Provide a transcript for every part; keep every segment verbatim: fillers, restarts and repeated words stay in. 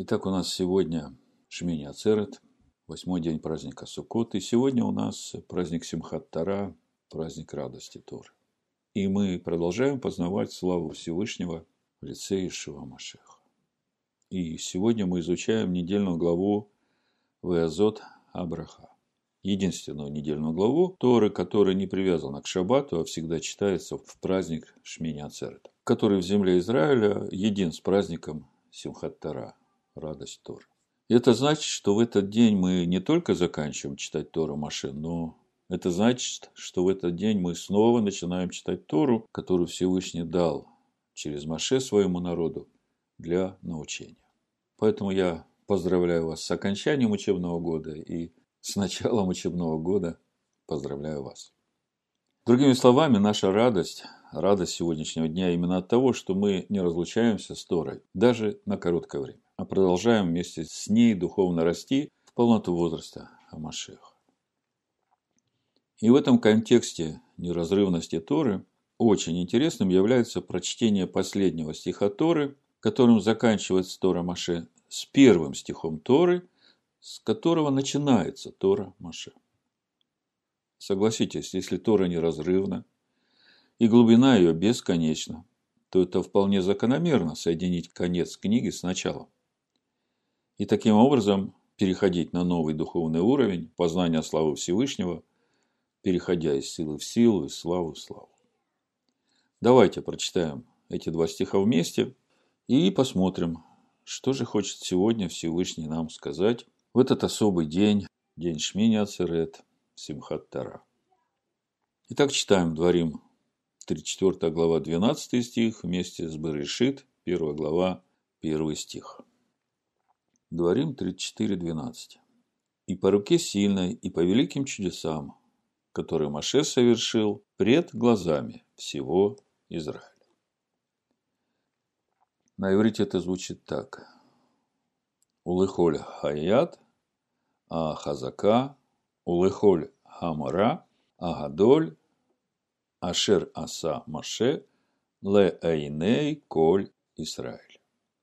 Итак, у нас сегодня Шмини Ацерет, восьмой день праздника Суккот. И сегодня у нас праздник Симхат Тора, праздник радости Торы. И мы продолжаем познавать славу Всевышнего в лице Иешуа Машиаха. И сегодня мы изучаем недельную главу Веазот Абраха. Единственную недельную главу Торы, которая не привязана к шаббату, а всегда читается в праздник Шмини Ацерет, который в земле Израиля един с праздником Симхат Тора, радость Торы. И это значит, что в этот день мы не только заканчиваем читать Тору Моше, но это значит, что в этот день мы снова начинаем читать Тору, которую Всевышний дал через Моше своему народу для научения. Поэтому я поздравляю вас с окончанием учебного года и с началом учебного года поздравляю вас. Другими словами, наша радость, радость сегодняшнего дня именно от того, что мы не разлучаемся с Торой, даже на короткое время, а продолжаем вместе с ней духовно расти в полноту возраста Машиаха. И в этом контексте неразрывности Торы очень интересным является прочтение последнего стиха Торы, которым заканчивается Тора Моше, с первым стихом Торы, с которого начинается Тора Моше. Согласитесь, если Тора неразрывна и глубина ее бесконечна, то это вполне закономерно соединить конец книги с началом. И таким образом переходить на новый духовный уровень познания славы Всевышнего, переходя из силы в силу, из славы в славу. Давайте прочитаем эти два стиха вместе и посмотрим, что же хочет сегодня Всевышний нам сказать в этот особый день, день Шмини Ацерет, Симхат Тора. Итак, читаем Дворим, тридцать четвёртая глава, двенадцатый стих, вместе с Берешит, первая глава, первый стих. Дворим тридцать четыре, двенадцать. «И по руке сильной, и по великим чудесам, которые Моше совершил пред глазами всего Израиля». На иврите это звучит так. Улыхоль хаят, а хазака, улыхоль хамара, агадоль, ашер аса Моше, ле эйней коль Исраиль.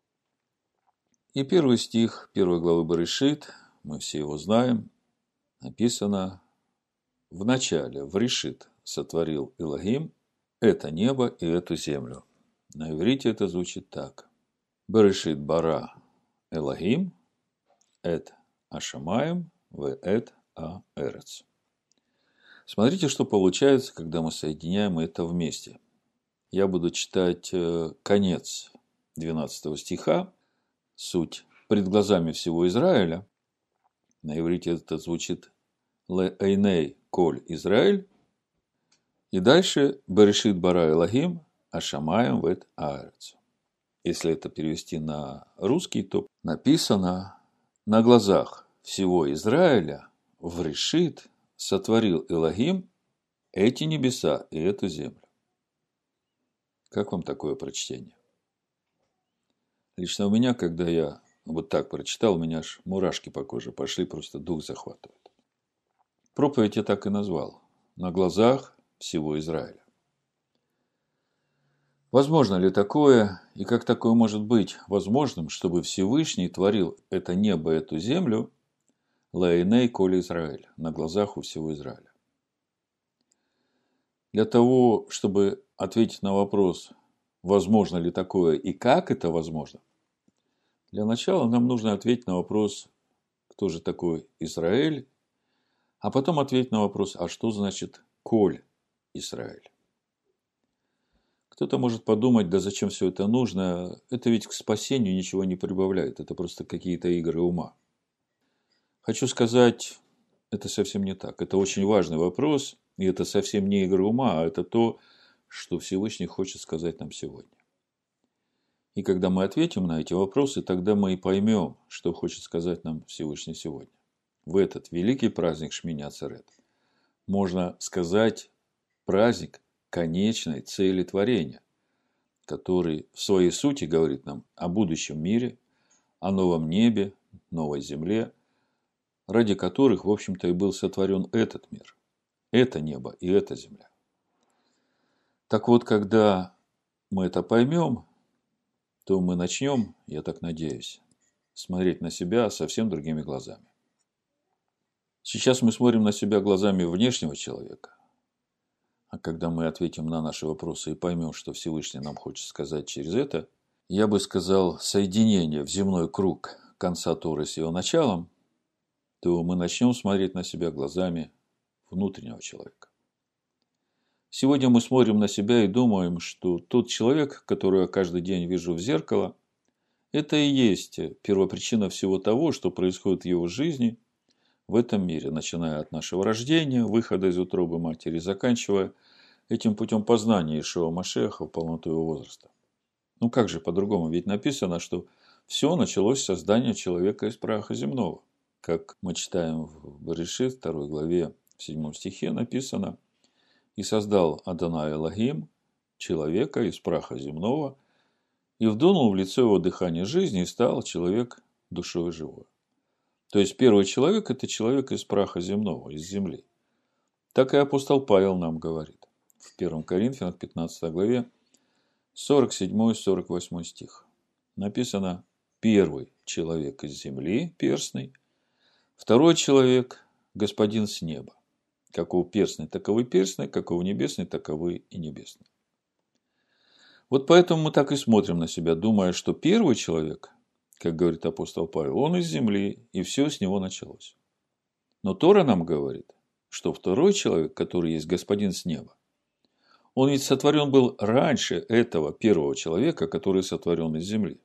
И первый стих первой главы Берешит, мы все его знаем, написано: в начале, в решит, сотворил Элохим это небо и эту землю. На иврите это звучит так. Берешит бара Элохим, эт ашамаем, в эт а эрец. Смотрите, что получается, когда мы соединяем это вместе. Я буду читать конец двенадцатого стиха, суть пред глазами всего Израиля. На иврите это звучит ле эйней коль Израиль. И дальше Берешит бара Элохим ашамаем вет аарец. Если это перевести на русский, то написано: на глазах всего Израиля в решит сотворил Элохим эти небеса и эту землю. Как вам такое прочтение? Лично у меня, когда я вот так прочитал, у меня аж мурашки по коже пошли, просто дух захватывает. Проповедь я так и назвал. На глазах всего Израиля. Возможно ли такое, и как такое может быть возможным, чтобы Всевышний творил это небо, эту землю, лаэней коль Израиль, на глазах у всего Израиля? Для того, чтобы ответить на вопрос, возможно ли такое и как это возможно, для начала нам нужно ответить на вопрос, кто же такой Израиль, а потом ответить на вопрос, а что значит коль Израиль? Кто-то может подумать, да зачем все это нужно, это ведь к спасению ничего не прибавляет, это просто какие-то игры ума. Хочу сказать, это совсем не так, это очень важный вопрос, и это совсем не игры ума, а это то, что Всевышний хочет сказать нам сегодня. И когда мы ответим на эти вопросы, тогда мы и поймем, что хочет сказать нам Всевышний сегодня. В этот великий праздник Шмини Ацерет можно сказать праздник конечной цели творения, который в своей сути говорит нам о будущем мире, о новом небе, новой земле, ради которых, в общем-то, и был сотворен этот мир, это небо и эта земля. Так вот, когда мы это поймем, то мы начнем, я так надеюсь, смотреть на себя совсем другими глазами. Сейчас мы смотрим на себя глазами внешнего человека. А когда мы ответим на наши вопросы и поймем, что Всевышний нам хочет сказать через это, я бы сказал, соединение в земной круг конца Торы с его началом, то мы начнем смотреть на себя глазами внутреннего человека. Сегодня мы смотрим на себя и думаем, что тот человек, которого я каждый день вижу в зеркало, это и есть первопричина всего того, что происходит в его жизни в этом мире, начиная от нашего рождения, выхода из утробы матери, заканчивая этим путем познания Иешуа Машиаха в полноту его возраста. Ну как же по-другому? Ведь написано, что все началось с создания человека из праха земного. Как мы читаем в Берешит, второй главе, в седьмом стихе написано: «И создал Адонай Элохим человека из праха земного, и вдунул в лицо его дыхание жизни, и стал человек душой живой». То есть первый человек – это человек из праха земного, из земли. Так и апостол Павел нам говорит в первом Коринфянам, пятнадцатой главе, сорок седьмой сорок восьмой стих. Написано: «Первый человек из земли, перстный, второй человек – господин с неба. Каков перстный, таковы перстный, каков небесный, таковы и небесный». Вот поэтому мы так и смотрим на себя, думая, что первый человек, как говорит апостол Павел, он из земли, и все с него началось. Но Тора нам говорит, что второй человек, который есть господин с неба, он ведь сотворен был раньше этого первого человека, который сотворен из земли.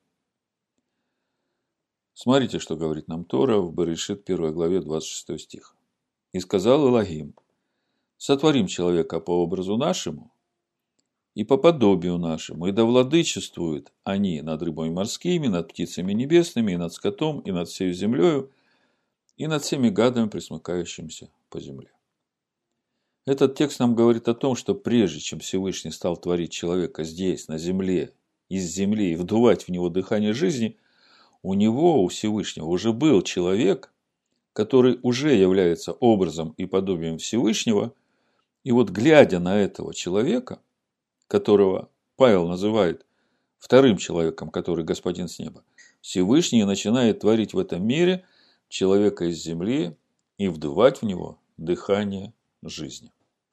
Смотрите, что говорит нам Тора в Берешит первой главе двадцать шестой стих. «И сказал Элохим: сотворим человека по образу нашему и по подобию нашему, и да владычествуют они над рыбами морскими, над птицами небесными, и над скотом, и над всей землею, и над всеми гадами, пресмыкающимися по земле». Этот текст нам говорит о том, что прежде чем Всевышний стал творить человека здесь, на земле, из земли, и вдувать в него дыхание жизни, у него, у Всевышнего, уже был человек, который уже является образом и подобием Всевышнего. И вот глядя на этого человека, которого Павел называет вторым человеком, который господин с неба, Всевышний начинает творить в этом мире человека из земли и вдувать в него дыхание жизни.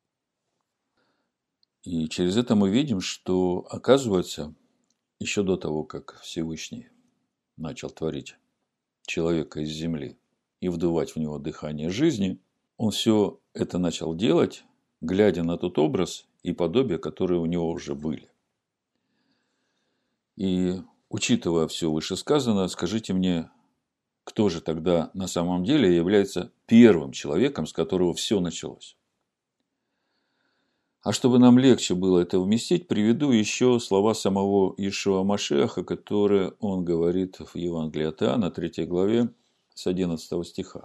И через это мы видим, что, оказывается, еще до того, как Всевышний начал творить человека из земли и вдувать в него дыхание жизни, он все это начал делать, глядя на тот образ и подобие, которые у него уже были. И, учитывая все вышесказанное, скажите мне, кто же тогда на самом деле является первым человеком, с которого все началось? А чтобы нам легче было это вместить, приведу еще слова самого Иешуа Машиаха, которые он говорит в Евангелии от Иоанна, третьей главе, с одиннадцатого стиха.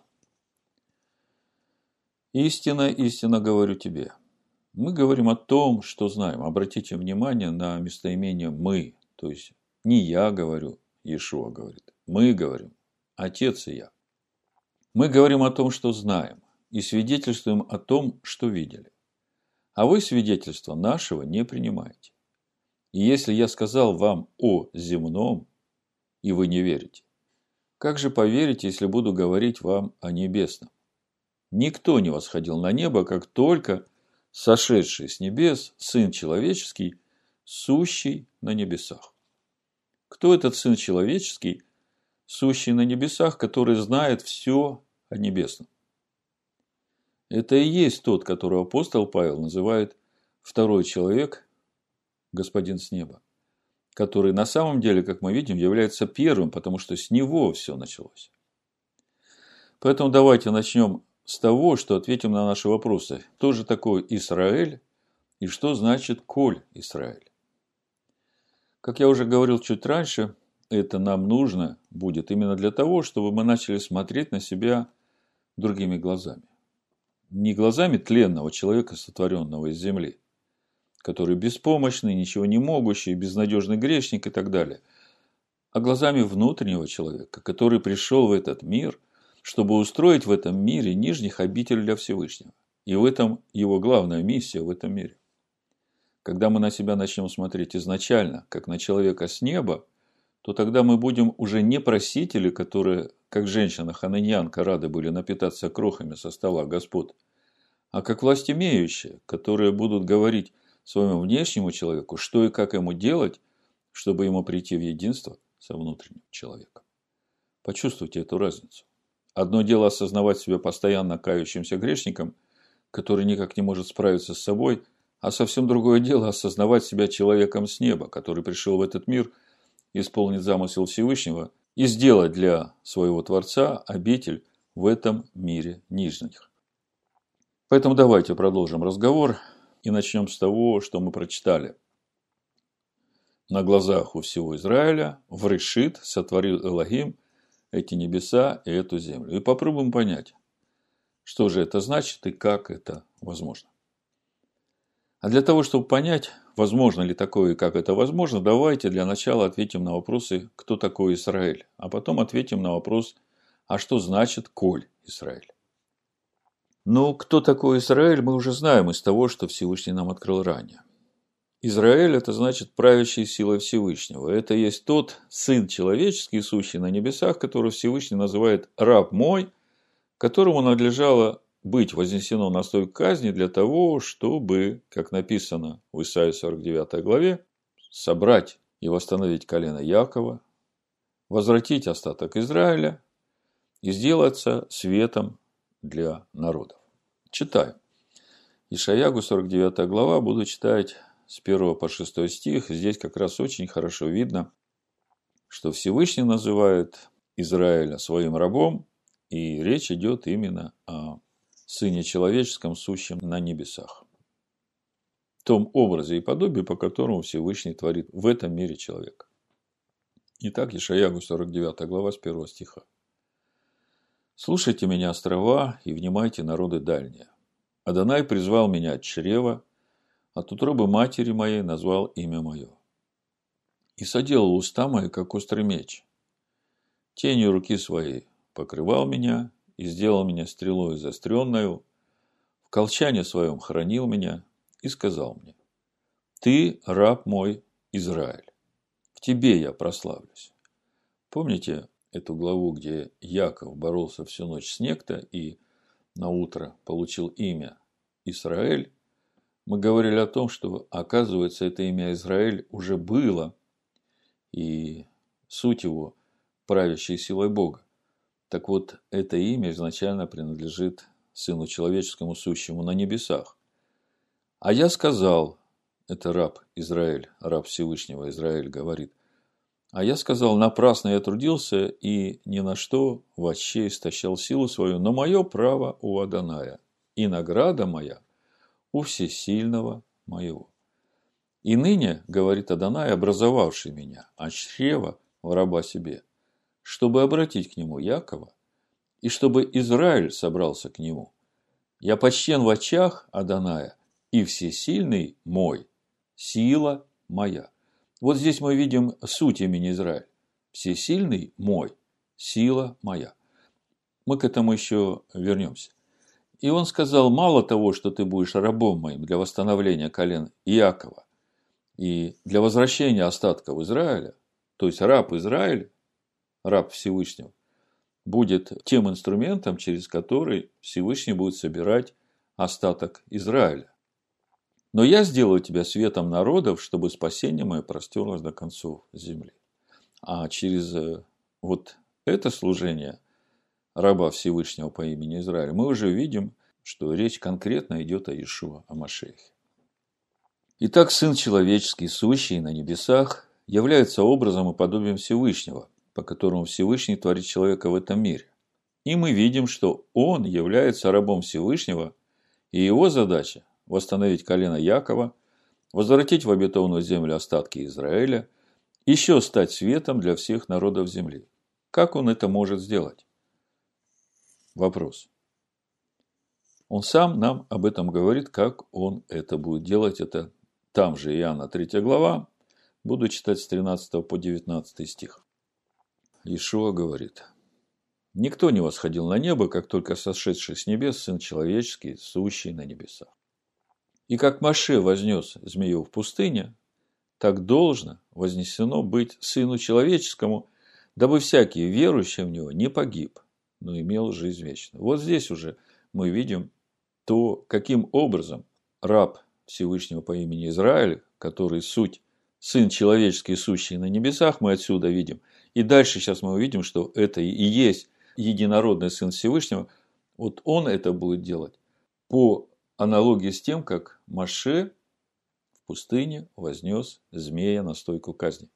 «Истинно, истинно говорю тебе». Мы говорим о том, что знаем. Обратите внимание на местоимение «мы». То есть, не я говорю, Иешуа говорит. Мы говорим, Отец и я. Мы говорим о том, что знаем, и свидетельствуем о том, что видели. А вы свидетельства нашего не принимаете. И если я сказал вам о земном, и вы не верите, как же поверите, если буду говорить вам о небесном? Никто не восходил на небо, как только сошедший с небес Сын Человеческий, сущий на небесах. Кто этот Сын Человеческий, сущий на небесах, который знает все о небесном? Это и есть тот, которого апостол Павел называет второй человек, господин с неба, который на самом деле, как мы видим, является первым, потому что с него все началось. Поэтому давайте начнем с того, что ответим на наши вопросы. Кто же такой Израиль и что значит «Коль Израиль»? Как я уже говорил чуть раньше, это нам нужно будет именно для того, чтобы мы начали смотреть на себя другими глазами. Не глазами тленного человека, сотворенного из земли, который беспомощный, ничего не могущий, безнадежный грешник и так далее, а глазами внутреннего человека, который пришел в этот мир, чтобы устроить в этом мире нижних обитель для Всевышнего. И в этом его главная миссия в этом мире. Когда мы на себя начнем смотреть изначально, как на человека с неба, то тогда мы будем уже не просители, которые, как женщина-хананьянка, рады были напитаться крохами со стола господ, а как власть имеющие, которые будут говорить своему внешнему человеку, что и как ему делать, чтобы ему прийти в единство со внутренним человеком. Почувствуйте эту разницу. Одно дело осознавать себя постоянно кающимся грешником, который никак не может справиться с собой, а совсем другое дело осознавать себя человеком с неба, который пришел в этот мир исполнить замысел Всевышнего и сделать для своего Творца обитель в этом мире нижних. Поэтому давайте продолжим разговор и начнем с того, что мы прочитали. На глазах у всего Израиля в Решит сотворил Элохим эти небеса и эту землю. И попробуем понять, что же это значит и как это возможно. А для того, чтобы понять, возможно ли такое и как это возможно, давайте для начала ответим на вопросы, кто такой Израиль, а потом ответим на вопрос, а что значит «коль Израиль». Ну, кто такой Израиль, мы уже знаем из того, что Всевышний нам открыл ранее. Израиль – это значит правящий силой Всевышнего. Это есть тот сын человеческий, сущий на небесах, которого Всевышний называет «раб мой», которому надлежало быть вознесено на стойку казни для того, чтобы, как написано в Исаии сорок девятой главе, собрать и восстановить колено Якова, возвратить остаток Израиля и сделаться светом для народов. Читаем. Ишайягу сорок девятая глава, буду читать с первого по шестой стих. Здесь как раз очень хорошо видно, что Всевышний называет Израиля своим рабом, и речь идет именно о Сыне Человеческом, сущем на небесах. В том образе и подобии, по которому Всевышний творит в этом мире человека. Итак, Ишайягу сорок девятая глава с первого стиха. «Слушайте меня, острова, и внимайте, народы дальние. Адонай призвал меня от чрева, от утробы матери моей назвал имя мое. И соделал уста мои, как острый меч. Тенью руки своей покрывал меня, и сделал меня стрелой заостренную, в колчане своем хранил меня и сказал мне: ты, раб мой, Израиль, в тебе я прославлюсь». Помните эту главу, где Яков боролся всю ночь с некто и на утро получил имя Израиль? Мы говорили о том, что, оказывается, это имя Израиль уже было, и суть его правящей силой Бога. Так вот, это имя изначально принадлежит Сыну Человеческому, сущему на небесах. А я сказал, это раб Израиль, раб Всевышнего Израиль говорит, а я сказал, напрасно я трудился и ни на что вообще истощал силу свою, но мое право у Адоная, и награда моя у всесильного моего. И ныне, говорит Адонай, образовавший меня от чрева в раба себе, чтобы обратить к нему Якова, и чтобы Израиль собрался к нему. Я почтен в очах Адоная, и всесильный мой, сила моя. Вот здесь мы видим суть имени Израиль. Всесильный мой, сила моя. Мы к этому еще вернемся. И он сказал, мало того, что ты будешь рабом моим для восстановления колен Иакова и для возвращения остатков Израиля, то есть раб Израиль, раб Всевышнего, будет тем инструментом, через который Всевышний будет собирать остаток Израиля. Но я сделаю тебя светом народов, чтобы спасение мое простерлось до концов земли. А через вот это служение раба Всевышнего по имени Израиль мы уже видим, что речь конкретно идет о Иешуа, о Машиахе. Итак, Сын Человеческий, сущий на небесах, является образом и подобием Всевышнего, по которому Всевышний творит человека в этом мире. И мы видим, что он является рабом Всевышнего, и его задача – восстановить колено Якова, возвратить в обетованную землю остатки Израиля, еще стать светом для всех народов земли. Как он это может сделать? Вопрос. Он сам нам об этом говорит, как он это будет делать. Это там же Иоанна третья глава. Буду читать с тринадцатого по девятнадцатый стих. Иешуа говорит: «Никто не восходил на небо, как только сошедший с небес Сын Человеческий, сущий на небесах. И как Моше вознес змею в пустыне, так должно вознесено быть Сыну Человеческому, дабы всякий, верующий в Него, не погиб, но имел жизнь вечную». Вот здесь уже мы видим то, каким образом раб Всевышнего по имени Израиль, который суть Сын Человеческий, сущий на небесах, мы отсюда видим. И дальше сейчас мы увидим, что это и есть единородный Сын Всевышнего. Вот он это будет делать по аналогии с тем, как Моше в пустыне вознес змея на стойку казни.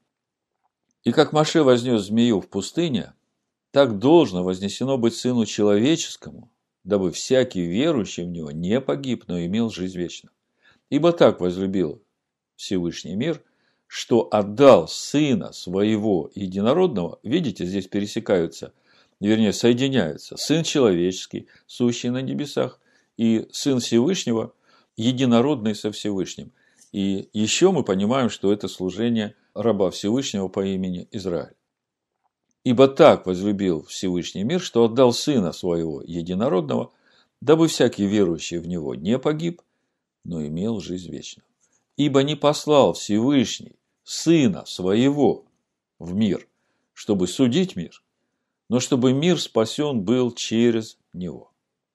И как Моше вознес змею в пустыне, так должно вознесено быть Сыну Человеческому, дабы всякий верующий в Него не погиб, но имел жизнь вечную. Ибо так возлюбил Всевышний мир, что отдал Сына Своего Единородного. Видите, здесь пересекаются, вернее, соединяются Сын Человеческий, сущий на небесах, и Сын Всевышнего, единородный со Всевышним. И еще мы понимаем, что это служение раба Всевышнего по имени Израиль. «Ибо так возлюбил Всевышний мир, что отдал Сына Своего Единородного, дабы всякий верующий в Него не погиб, но имел жизнь вечную. Ибо не послал Всевышний Сына Своего в мир, чтобы судить мир, но чтобы мир спасен был через Него.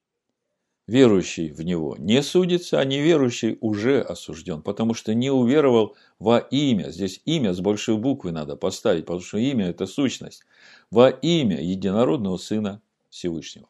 Верующий в Него не судится, а неверующий уже осужден, потому что не уверовал во имя». Здесь имя с большой буквы надо поставить, потому что имя – это сущность. Во имя единородного Сына Всевышнего.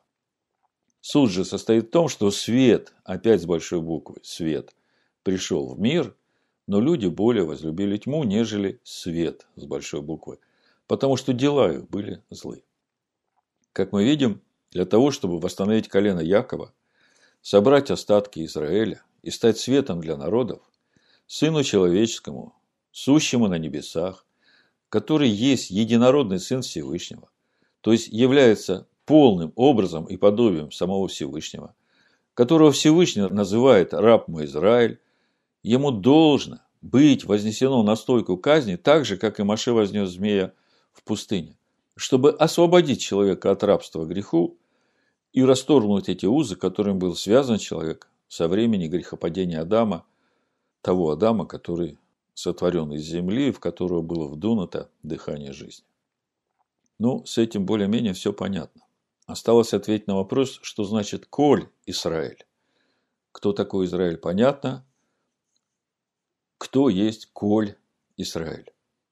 Суд же состоит в том, что свет, опять с большой буквы, свет, пришел в мир, но люди более возлюбили тьму, нежели свет с большой буквы, потому что дела их были злы. Как мы видим, для того, чтобы восстановить колено Якова, собрать остатки Израиля и стать светом для народов, Сыну Человеческому, сущему на небесах, который есть единородный Сын Всевышнего, то есть является полным образом и подобием самого Всевышнего, которого Всевышний называет раб мой Израиль, ему должно быть вознесено на стойку казни, так же, как и Моше вознес змея в пустыне, чтобы освободить человека от рабства греху и расторгнуть эти узы, которым был связан человек со времени грехопадения Адама, того Адама, который сотворен из земли, в которого было вдунуто дыхание жизни. Ну, с этим более-менее все понятно. Осталось ответить на вопрос, что значит «коль Израиль». Кто такой Израиль, понятно. Кто есть коль Израиль?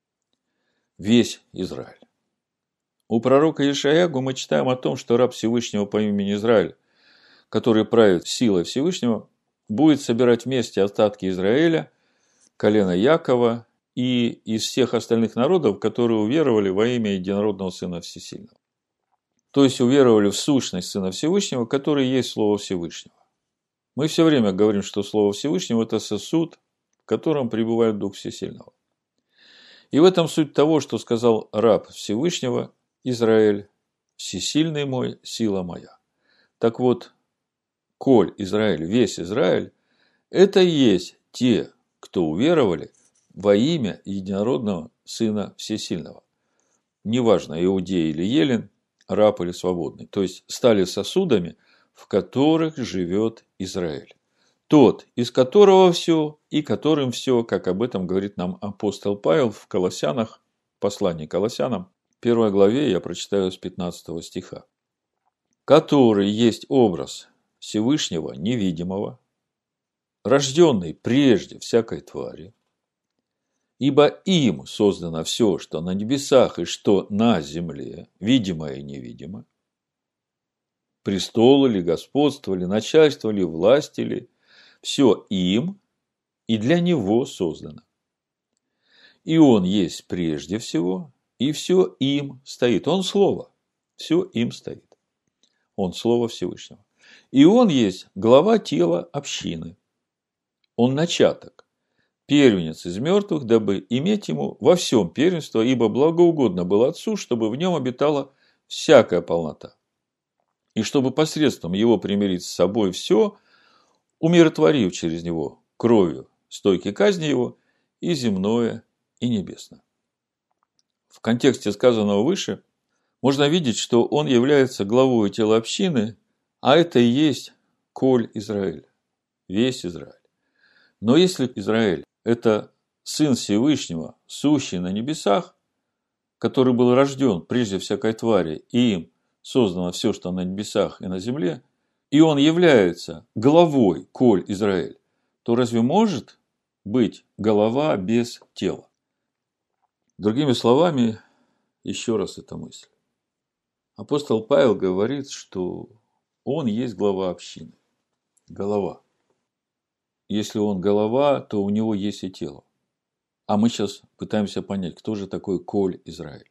Весь Израиль. У пророка Ишаяху мы читаем о том, что раб Всевышнего по имени Израиль, который правит силой Всевышнего, будет собирать вместе остатки Израиля, колена Якова и из всех остальных народов, которые уверовали во имя единородного Сына Всесильного. То есть уверовали в сущность Сына Всевышнего, который есть Слово Всевышнего. Мы все время говорим, что Слово Всевышнего – это сосуд, в котором пребывает Дух Всесильного. И в этом суть того, что сказал раб Всевышнего Израиль: «Всесильный мой, сила моя». Так вот, коль Израиль, весь Израиль, это и есть те, кто уверовали во имя единородного Сына Всесильного. Неважно, иудей или еллин, раб или свободный. То есть, стали сосудами, в которых живет Израиль. Тот, из которого все и которым все, как об этом говорит нам апостол Павел в Колоссянах, послании к Колоссянам, первой главе, я прочитаю с пятнадцатого стиха. «Который есть образ Всевышнего невидимого, рожденный прежде всякой твари, ибо им создано все, что на небесах и что на земле, видимое и невидимое, престолы ли, господство ли, начальство ли, власти ли, все им и для него создано. И он есть прежде всего, и все им стоит». Он Слово, все им стоит. Он Слово Всевышнего. И он есть глава тела общины. Он начаток, первенец из мертвых, дабы иметь ему во всем первенство, ибо благоугодно было Отцу, чтобы в нем обитала всякая полнота. И чтобы посредством его примирить с собой все, умиротворив через него кровью стойки казни его, и земное, и небесное. В контексте сказанного выше можно видеть, что он является главой тела общины, а это и есть коль Израиль, весь Израиль. Но если Израиль – это Сын Всевышнего, сущий на небесах, который был рожден прежде всякой твари, и им создано все, что на небесах и на земле, и он является головой, коль Израиль, то разве может быть голова без тела? Другими словами, еще раз эта мысль. Апостол Павел говорит, что он есть глава общины. Голова. Если он голова, то у него есть и тело. А мы сейчас пытаемся понять, кто же такой коль Израиль.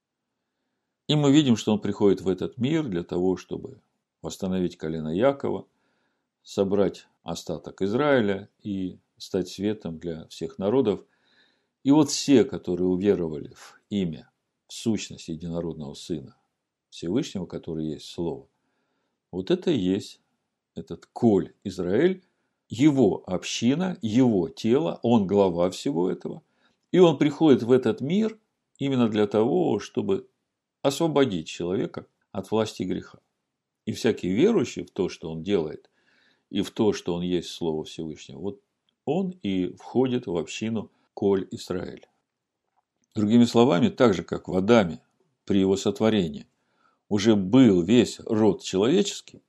И мы видим, что он приходит в этот мир для того, чтобы восстановить колено Якова, собрать остаток Израиля и стать светом для всех народов. И вот все, которые уверовали в имя, в сущность единородного Сына Всевышнего, который есть Слово, вот это и есть этот коль Израиль, его община, его тело, он глава всего этого. И он приходит в этот мир именно для того, чтобы освободить человека от власти греха. И всякий верующий в то, что он делает, и в то, что он есть Слово Всевышнего, вот он и входит в общину коль Израиль. Другими словами, так же, как в Адаме при его сотворении уже был весь род человеческий,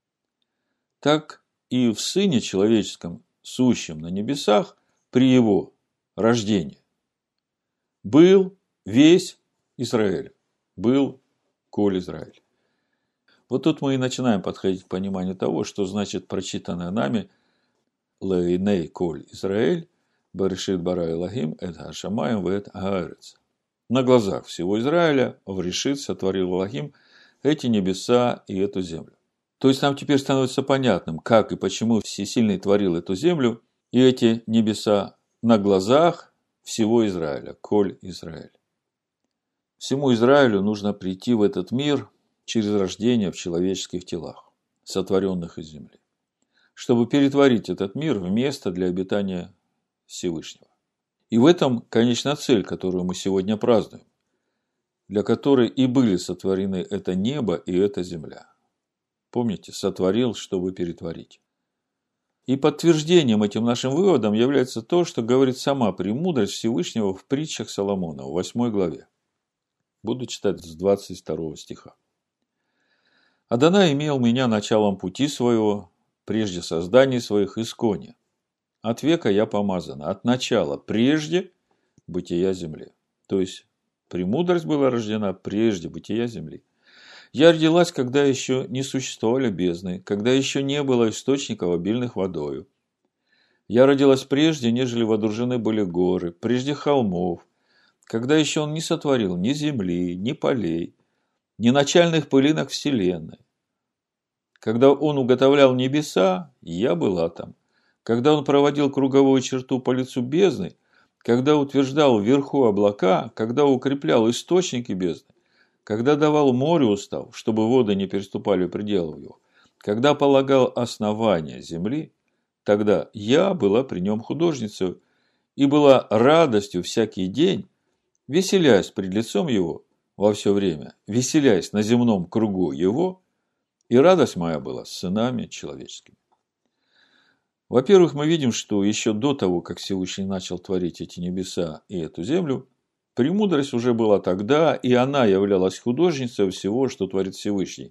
так и в Сыне Человеческом, сущем на небесах, при его рождении, был весь Израиль, был коль Израиль. Вот тут мы и начинаем подходить к пониманию того, что значит прочитанное нами «Лейней коль Израиль, Берешит бара Элохим, эт хашамаим вэт хаарец». На глазах всего Израиля в Решит сотворил Элохим эти небеса и эту землю. То есть нам теперь становится понятным, как и почему Всесильный творил эту землю и эти небеса на глазах всего Израиля, коль Израиль. Всему Израилю нужно прийти в этот мир через рождение в человеческих телах, сотворенных из земли, чтобы перетворить этот мир в место для обитания Всевышнего. И в этом конечная цель, которую мы сегодня празднуем, для которой и были сотворены это небо и эта земля. Помните, сотворил, чтобы перетворить. И подтверждением этим нашим выводам является то, что говорит сама премудрость Всевышнего в притчах Соломона, в восьмой главе. Буду читать с двадцать второго стиха. «Адонай имел меня началом пути своего, прежде созданий своих искони. От века я помазана, от начала, прежде бытия земли». То есть, премудрость была рождена прежде бытия земли. «Я родилась, когда еще не существовали бездны, когда еще не было источников, обильных водою. Я родилась прежде, нежели водружены были горы, прежде холмов, когда еще он не сотворил ни земли, ни полей, ни начальных пылинок вселенной. Когда он уготовлял небеса, я была там. Когда он проводил круговую черту по лицу бездны, когда утверждал вверху облака, когда укреплял источники бездны, когда давал морю устав, чтобы воды не переступали пределов его, когда полагал основания земли, тогда я была при нем художницей и была радостью всякий день, веселясь пред лицом его во все время, веселясь на земном кругу его, и радость моя была с сынами человеческими». Во-первых, мы видим, что еще до того, как Всевышний начал творить эти небеса и эту землю, премудрость уже была тогда, и она являлась художницей всего, что творит Всевышний.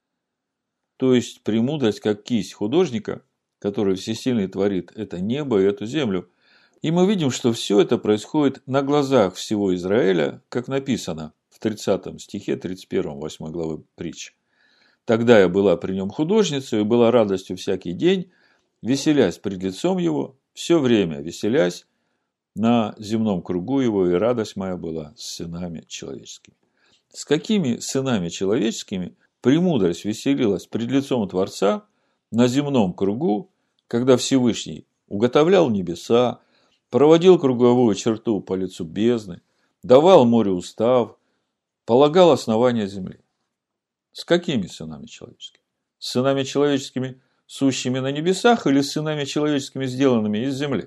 То есть, премудрость как кисть художника, который всесильный творит это небо и эту землю. И мы видим, что все это происходит на глазах всего Израиля, как написано в тридцатом стихе тридцать первом восьмой главы притч. «Тогда я была при нем художницей и была радостью всякий день, веселясь пред лицом его, все время веселясь на земном кругу его, и радость моя была с сынами человеческими». С какими сынами человеческими премудрость веселилась пред лицом Творца на земном кругу, когда Всевышний уготовлял небеса, проводил круговую черту по лицу бездны, давал морю устав, полагал основания земли? С какими сынами человеческими? С сынами человеческими, сущими на небесах, или с сынами человеческими, сделанными из земли?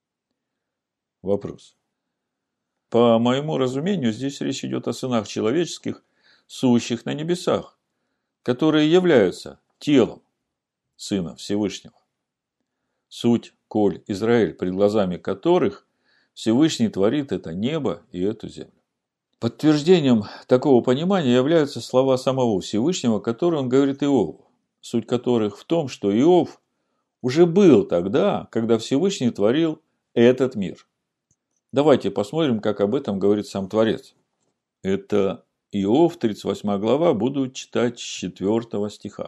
Вопрос. По моему разумению, здесь речь идет о сынах человеческих, сущих на небесах, которые являются телом Сына Всевышнего. Суть, коль Израиль, пред глазами которых Всевышний творит это небо и эту землю. Подтверждением такого понимания являются слова самого Всевышнего, которые он говорит Иову, суть которых в том, что Иов уже был тогда, когда Всевышний творил этот мир. Давайте посмотрим, как об этом говорит сам Творец. Это Иов, тридцать восьмая глава, буду читать с четвёртого стиха.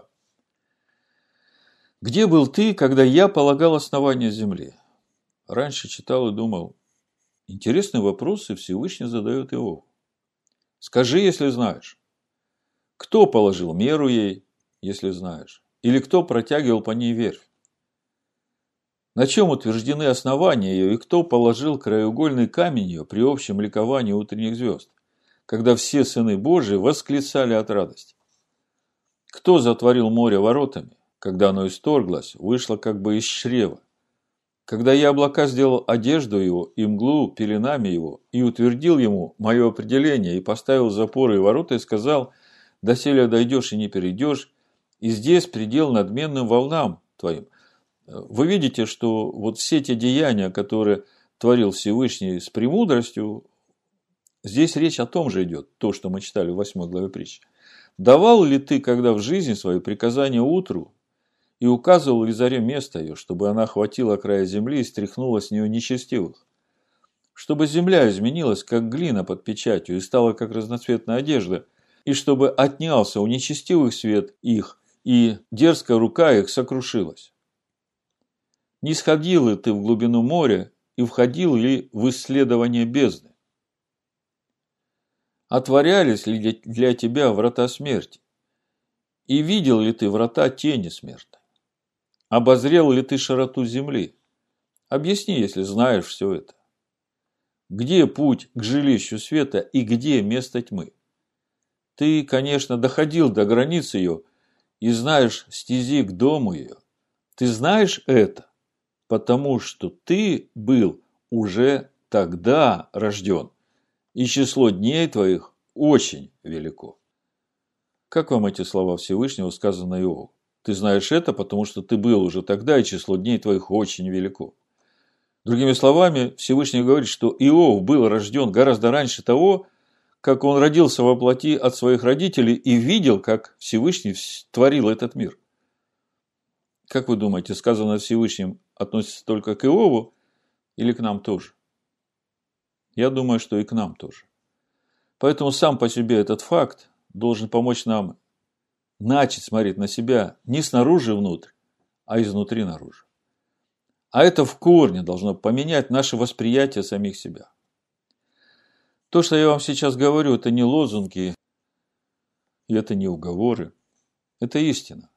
«Где был ты, когда я полагал основание земли?» Раньше читал и думал, интересные вопросы Всевышний задает Иову. Скажи, если знаешь. Кто положил меру ей, если знаешь? Или кто протягивал по ней верфь? На чем утверждены основания ее, и кто положил краеугольный камень ее при общем ликовании утренних звезд, когда все сыны Божии восклицали от радости? Кто затворил море воротами, когда оно исторглось, вышло как бы из чрева? Когда я облака сделал одежду его и мглу пеленами его, и утвердил ему мое определение, и поставил запоры и ворота, и сказал, доселе дойдешь и не перейдешь, и здесь предел надменным волнам твоим. Вы видите, что вот все те деяния, которые творил Всевышний с премудростью, здесь речь о том же идет, то, что мы читали в восьмой главе притчи. Давал ли ты, когда в жизни своей, приказание утру, и указывал ли заре место ее, чтобы она охватила края земли и стряхнула с нее нечестивых? Чтобы земля изменилась, как глина под печатью, и стала, как разноцветная одежда, и чтобы отнялся у нечестивых свет их, и дерзкая рука их сокрушилась. Не сходил ли ты в глубину моря, и входил ли в исследование бездны? Отворялись ли для тебя врата смерти? И видел ли ты врата тени смерти? Обозрел ли ты широту земли? Объясни, если знаешь все это. Где путь к жилищу света и где место тьмы? Ты, конечно, доходил до границ ее и знаешь стези к дому ее. Ты знаешь это, потому что ты был уже тогда рожден, и число дней твоих очень велико. Как вам эти слова Всевышнего, сказанные Иову? Ты знаешь это, потому что ты был уже тогда, и число дней твоих очень велико. Другими словами, Всевышний говорит, что Иов был рожден гораздо раньше того, как он родился во плоти от своих родителей и видел, как Всевышний творил этот мир. Как вы думаете, сказанное Всевышним относится только к Иову или к нам тоже? Я думаю, что и к нам тоже. Поэтому сам по себе этот факт должен помочь нам начать смотреть на себя не снаружи внутрь, а изнутри наружу. А это в корне должно поменять наше восприятие самих себя. То, что я вам сейчас говорю, это не лозунги, и это не уговоры. Это истина.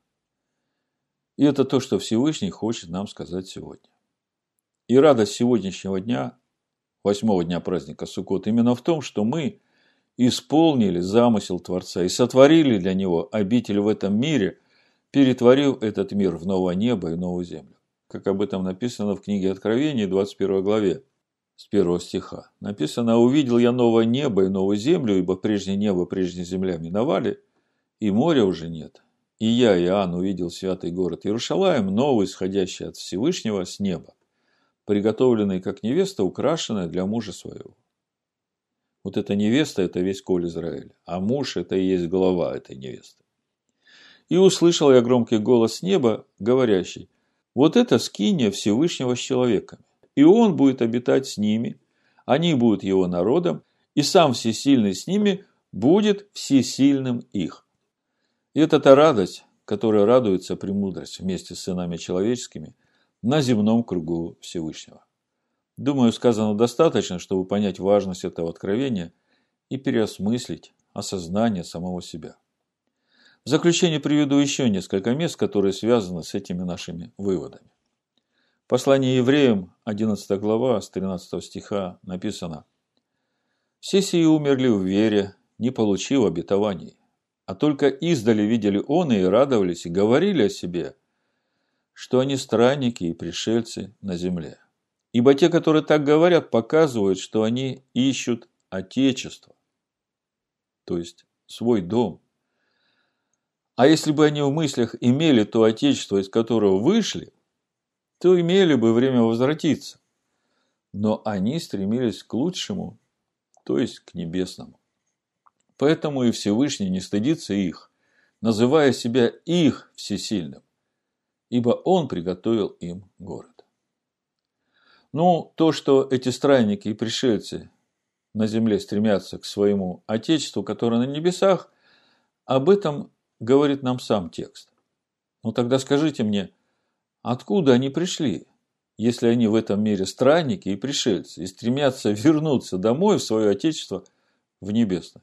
И это то, что Всевышний хочет нам сказать сегодня. И радость сегодняшнего дня, восьмого дня праздника Суккот, именно в том, что мы исполнили замысел Творца и сотворили для него обитель в этом мире, перетворив этот мир в новое небо и новую землю. Как об этом написано в книге Откровения, двадцать первой главе, с первого стиха. Написано: «Увидел я новое небо и новую землю, ибо прежнее небо, прежняя земля миновали, и моря уже нет. И я, Иоанн, увидел святый город Иерушалаим, новый, исходящий от Всевышнего с неба, приготовленный как невеста, украшенная для мужа своего». Вот эта невеста – это весь коль Израиля, а муж – это и есть глава этой невесты. «И услышал я громкий голос с неба, говорящий: вот это скиния Всевышнего с человеками, и он будет обитать с ними, они будут его народом, и сам всесильный с ними будет всесильным их». И это та радость, которая радуется премудрость вместе с сынами человеческими на земном кругу Всевышнего. Думаю, сказано достаточно, чтобы понять важность этого откровения и переосмыслить осознание самого себя. В заключение приведу еще несколько мест, которые связаны с этими нашими выводами. Послание евреям, одиннадцатая глава, с тринадцатого стиха написано: «Все сии умерли в вере, не получив обетований, а только издали видели он и радовались, и говорили о себе, что они странники и пришельцы на земле. Ибо те, которые так говорят, показывают, что они ищут отечество, то есть свой дом. А если бы они в мыслях имели то отечество, из которого вышли, то имели бы время возвратиться. но они стремились к лучшему, то есть к небесному. Поэтому и Всевышний не стыдится их, называя себя их всесильным, ибо Он приготовил им город. Ну, то, что эти странники и пришельцы на земле стремятся к своему Отечеству, которое на небесах, об этом говорит нам сам текст. Ну, тогда скажите мне, откуда они пришли, если они в этом мире странники и пришельцы и стремятся вернуться домой в свое Отечество, в небесное?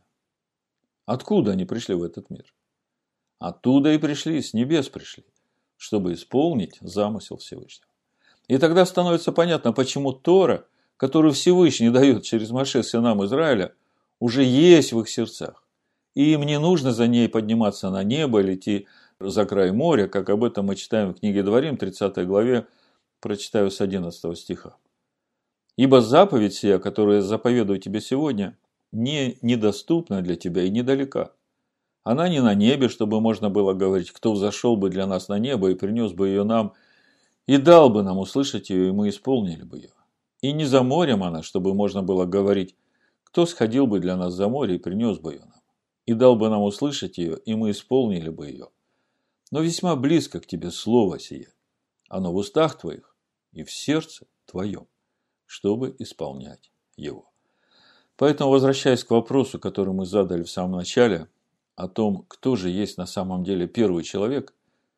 Откуда они пришли в этот мир? Оттуда и пришли, с небес пришли, чтобы исполнить замысел Всевышнего. И тогда становится понятно, почему Тора, которую Всевышний дает через Моше сынам Израиля, уже есть в их сердцах. И им не нужно за ней подниматься на небо или идти за край моря, как об этом мы читаем в книге Дворим, тридцатой главе, прочитаю с одиннадцатого стиха. «Ибо заповедь сия, которую я заповедую тебе сегодня, не недоступна для тебя и недалека. Она не на небе, чтобы можно было говорить, кто взошел бы для нас на небо и принес бы ее нам, и дал бы нам услышать ее, и мы исполнили бы ее. И не за морем она, чтобы можно было говорить, кто сходил бы для нас за море и принес бы ее нам, и дал бы нам услышать ее, и мы исполнили бы ее. Но весьма близко к тебе слово сие, оно в устах твоих и в сердце твоем, чтобы исполнять его». Поэтому, возвращаясь к вопросу, который мы задали в самом начале, о том, кто же есть на самом деле первый человек,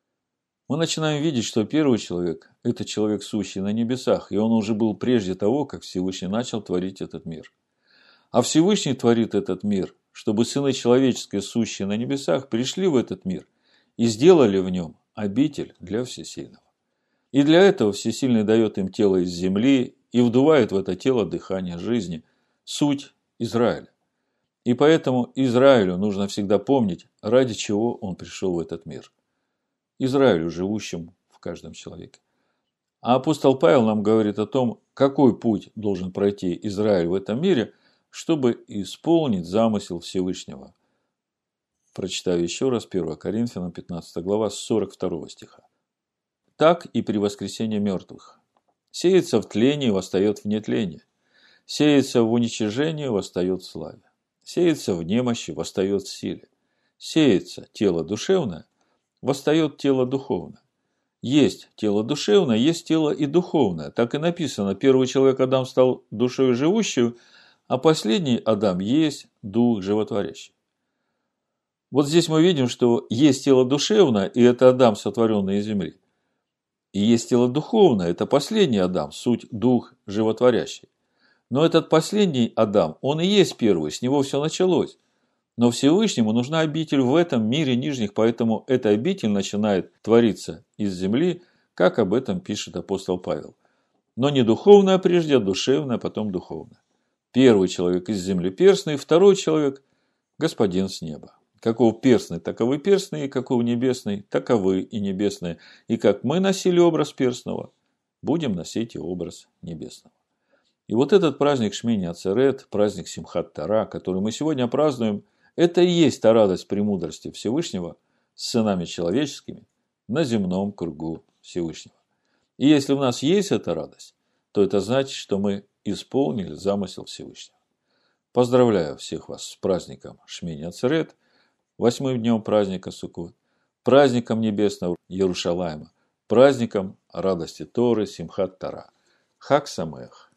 мы начинаем видеть, что первый человек – это человек, сущий на небесах, и он уже был прежде того, как Всевышний начал творить этот мир. А Всевышний творит этот мир, чтобы сыны человеческие, сущие на небесах, пришли в этот мир и сделали в нем обитель для Всесильного. И для этого Всесильный дает им тело из земли и вдувает в это тело дыхание жизни, суть Израиля. И поэтому Израилю нужно всегда помнить, ради чего он пришел в этот мир. Израилю, живущему в каждом человеке. А апостол Павел нам говорит о том, какой путь должен пройти Израиль в этом мире, чтобы исполнить замысел Всевышнего. Прочитаю еще раз первое Коринфянам пятнадцатая глава с сорок второго стиха. «Так и при воскресении мертвых. Сеется в тлении, восстает в нетлении. Сеется в уничижении, восстает в славе. Сеется в немощи, восстает в силе. Сеется тело душевное, восстает тело духовное. Есть тело душевное, есть тело и духовное. Так и написано, первый человек Адам стал душою живущей, а последний Адам есть дух животворящий». Вот здесь мы видим, что есть тело душевное, и это Адам, сотворенный из земли. И есть тело духовное, это последний Адам, суть дух животворящий. Но этот последний Адам, он и есть первый, с него все началось. Но Всевышнему нужна обитель в этом мире нижних, поэтому эта обитель начинает твориться из земли, как об этом пишет апостол Павел. Но не духовное прежде, а душевное, потом духовное. Первый человек из земли перстный, второй человек – господин с неба. Каков перстный, таковы перстные, и каков небесный, таковы и небесные. И как мы носили образ перстного, будем носить и образ небесного. И вот этот праздник Шмини Ацерет, праздник Симхат Тора, который мы сегодня празднуем, это и есть та радость премудрости Всевышнего с сынами человеческими на земном кругу Всевышнего. И если у нас есть эта радость, то это значит, что мы исполнили замысел Всевышнего. Поздравляю всех вас с праздником Шмини Ацерет, восьмым днем праздника Суккот, праздником небесного Иерушалайма, праздником радости Торы Симхат Тора. Хаг Самеах.